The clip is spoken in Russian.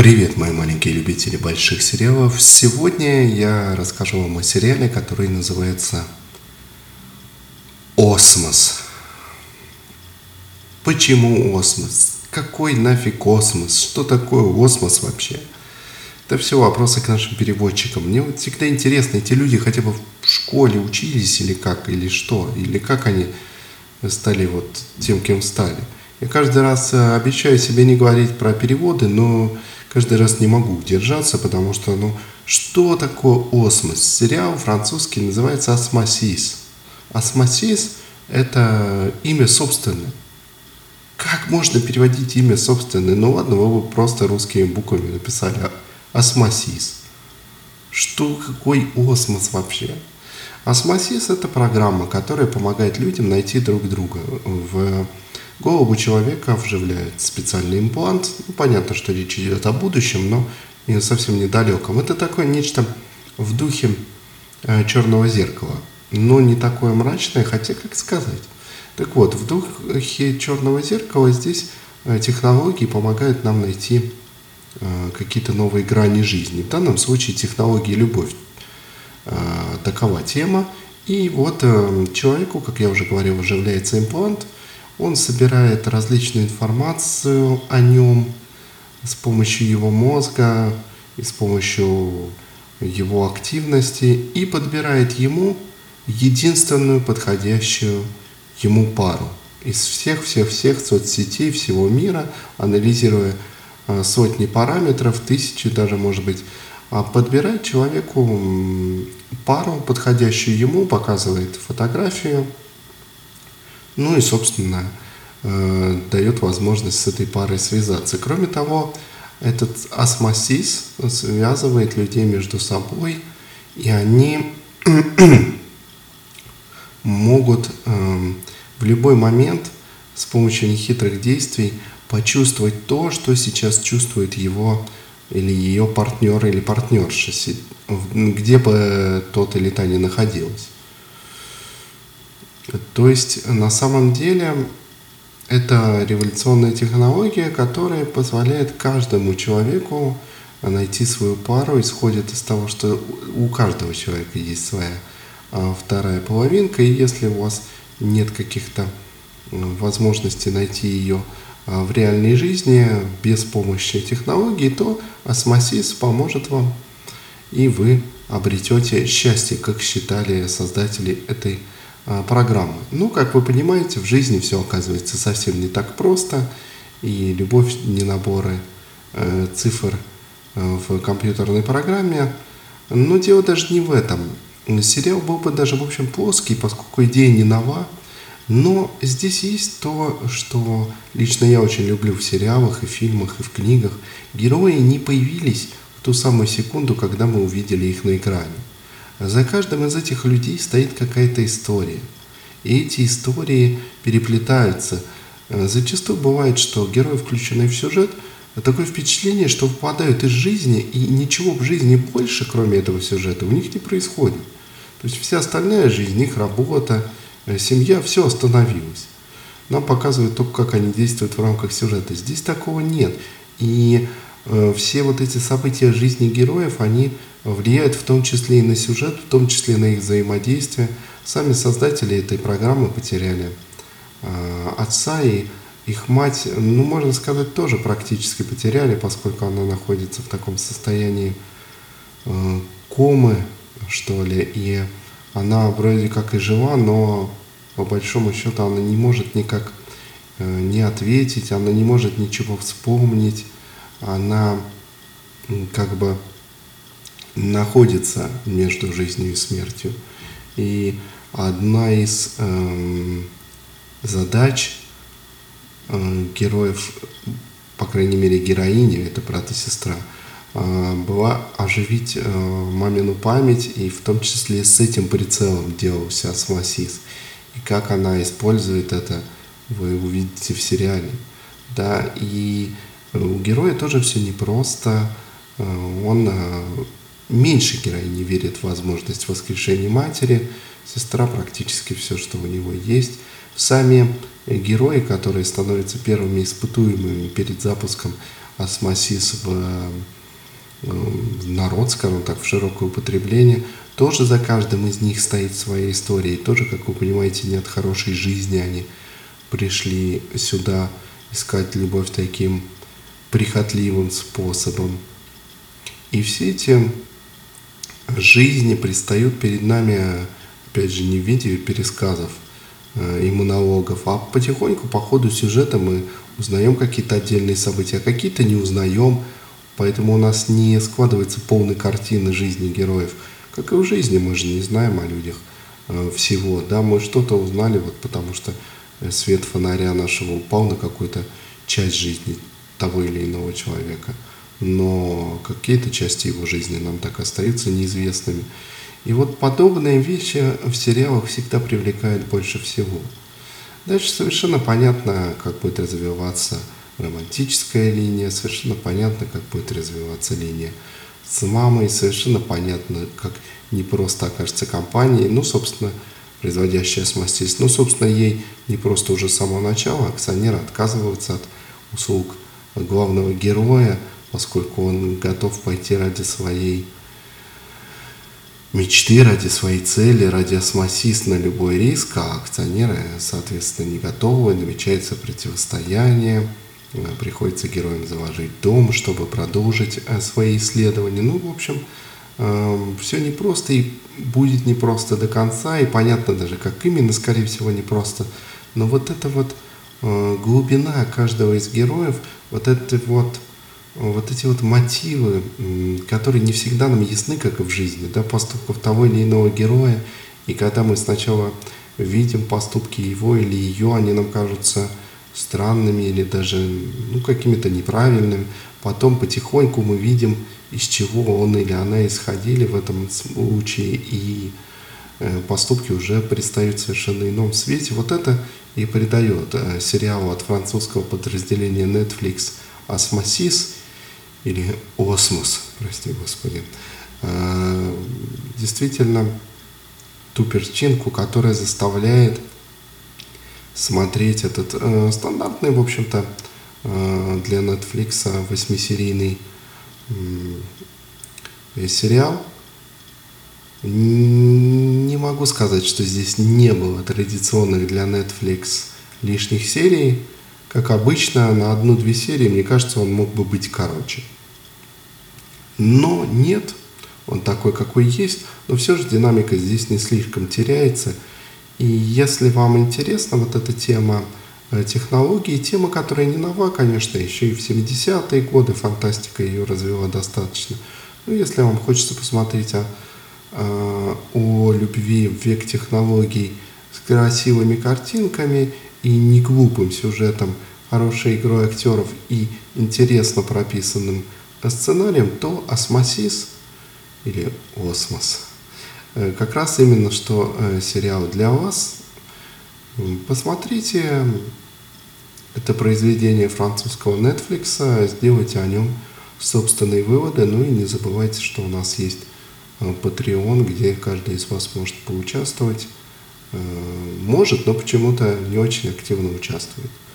Привет, мои маленькие любители больших сериалов. Сегодня я расскажу вам о сериале, который называется «Осмос». Почему осмос? Какой нафиг космос? Что такое осмос вообще? Это все вопросы к нашим переводчикам. Мне вот всегда интересно, эти люди хотя бы в школе учились или как, или что, или как они стали вот тем, кем стали. Я каждый раз обещаю себе не говорить про переводы, но каждый раз не могу удержаться, потому что, что такое осмос? Сериал французский называется «Осмосис». «Осмосис» — это имя собственное. Как можно переводить имя собственное? Ну ладно, вы бы просто русскими буквами написали «Осмосис». Что, какой осмос вообще? Осмосис — это программа, которая помогает людям найти друг друга. В голову человека вживляют специальный имплант. Понятно, что речь идет о будущем, но и совсем недалеком. Это такое нечто в духе черного зеркала. Но не такое мрачное, хотя как сказать. Так вот, в духе черного зеркала здесь технологии помогают нам найти какие-то новые грани жизни. В данном случае технологии любовь. Такова тема. И вот человеку, как я уже говорил, вживляется имплант. Он собирает различную информацию о нем с помощью его мозга и с помощью его активности и подбирает ему единственную подходящую ему пару из всех соцсетей всего мира, анализируя сотни параметров, тысячи даже, может быть, подбирает человеку пару, подходящую ему, показывает фотографию, ну и, собственно, дает возможность с этой парой связаться. Кроме того, этот осмосис связывает людей между собой, и они могут в любой момент с помощью нехитрых действий почувствовать то, что сейчас чувствует его или ее партнер или партнерша, где бы тот или та ни находилась. То есть на самом деле это революционная технология, которая позволяет каждому человеку найти свою пару, исходит из того, что у каждого человека есть своя вторая половинка, и если у вас нет каких-то возможностей найти ее в реальной жизни без помощи технологий, то осмосис поможет вам, и вы обретете счастье, как считали создатели этой программы. Ну, как вы понимаете, в жизни все оказывается совсем не так просто, и любовь не наборы цифр в компьютерной программе. Но дело даже не в этом. Сериал был бы даже, в общем, плоский, поскольку идея не нова. Но здесь есть то, что лично я очень люблю в сериалах, и в фильмах, и в книгах. Герои не появились в ту самую секунду, когда мы увидели их на экране. За каждым из этих людей стоит какая-то история. И эти истории переплетаются. Зачастую бывает, что герои, включенные в сюжет, такое впечатление, что выпадают из жизни, и ничего в жизни больше, кроме этого сюжета, у них не происходит. То есть вся остальная жизнь, их работа, семья, все остановилось. Нам показывают только, как они действуют в рамках сюжета. Здесь такого нет. И все вот эти события жизни героев, они влияют в том числе и на сюжет, в том числе на их взаимодействие. Сами создатели этой программы потеряли отца, и их мать, можно сказать, тоже практически потеряли, поскольку она находится в таком состоянии комы, что ли, и она вроде как и жива, но по большому счету она не может никак не ответить, она не может ничего вспомнить, она как бы находится между жизнью и смертью. И одна из задач героев, по крайней мере героини, это брат и сестра, была оживить мамину память, и в том числе с этим прицелом делался осмосис. И как она использует это, вы увидите в сериале. Да, и у героя тоже все непросто. Он меньше героини верит в возможность воскрешения матери. Сестра практически все, что у него есть. Сами герои, которые становятся первыми испытуемыми перед запуском осмосис в народ, скажем так, в широкое употребление. Тоже за каждым из них стоит своя история. И тоже, как вы понимаете, не от хорошей жизни они пришли сюда искать любовь таким прихотливым способом. И все эти жизни предстают перед нами, опять же, не в виде пересказов и монологов, а потихоньку по ходу сюжета мы узнаем какие-то отдельные события, а какие-то не узнаем, поэтому у нас не складывается полной картины жизни героев. Как и в жизни, мы же не знаем о людях всего, да, мы что-то узнали, вот потому что свет фонаря нашего упал на какую-то часть жизни того или иного человека, но какие-то части его жизни нам так остаются неизвестными. И вот подобные вещи в сериалах всегда привлекают больше всего. Дальше совершенно понятно, как будет развиваться романтическая линия, совершенно понятно, как будет развиваться линия с мамой, совершенно понятно, как не просто окажется компания, ну, собственно, производящая осмосис, ну, собственно, ей не просто уже с самого начала акционеры отказываются от услуг главного героя, поскольку он готов пойти ради своей мечты, ради своей цели, ради осмосис на любой риск, а акционеры, соответственно, не готовы, намечается противостояние, приходится героям заложить дом, чтобы продолжить свои исследования. Ну, в общем, все непросто и будет непросто до конца, и понятно даже, как именно, скорее всего, непросто. Но вот эта вот глубина каждого из героев, вот эти вот мотивы, которые не всегда нам ясны, как и в жизни, да, поступков того или иного героя, и когда мы сначала видим поступки его или ее, они нам кажутся странными или даже какими-то неправильными. Потом потихоньку мы видим, из чего он или она исходили в этом случае, и поступки уже предстают в совершенно ином свете. Вот это и придает сериалу от французского подразделения Netflix «Осмосис» или «Осмос», прости господи, действительно ту перчинку, которая заставляет смотреть этот стандартный, в общем-то, для Netflix 8-серийный сериал. Не могу сказать, что здесь не было традиционных для Netflix лишних серий. Как обычно, на 1-2 серии, мне кажется, он мог бы быть короче. Но нет, он такой, какой есть, но все же динамика здесь не слишком теряется. И если вам интересна вот эта тема технологий, тема, которая не нова, конечно, еще и в 70-е годы фантастика ее развила достаточно. Но если вам хочется посмотреть о любви в век технологий с красивыми картинками и не глупым сюжетом, хорошей игрой актеров и интересно прописанным сценарием, то «Осмосис» или «Осмос» как раз именно что сериал для вас. Посмотрите это произведение французского Netflix, сделайте о нем собственные выводы, ну и не забывайте, что у нас есть Patreon, где каждый из вас может поучаствовать. Может, но почему-то не очень активно участвует.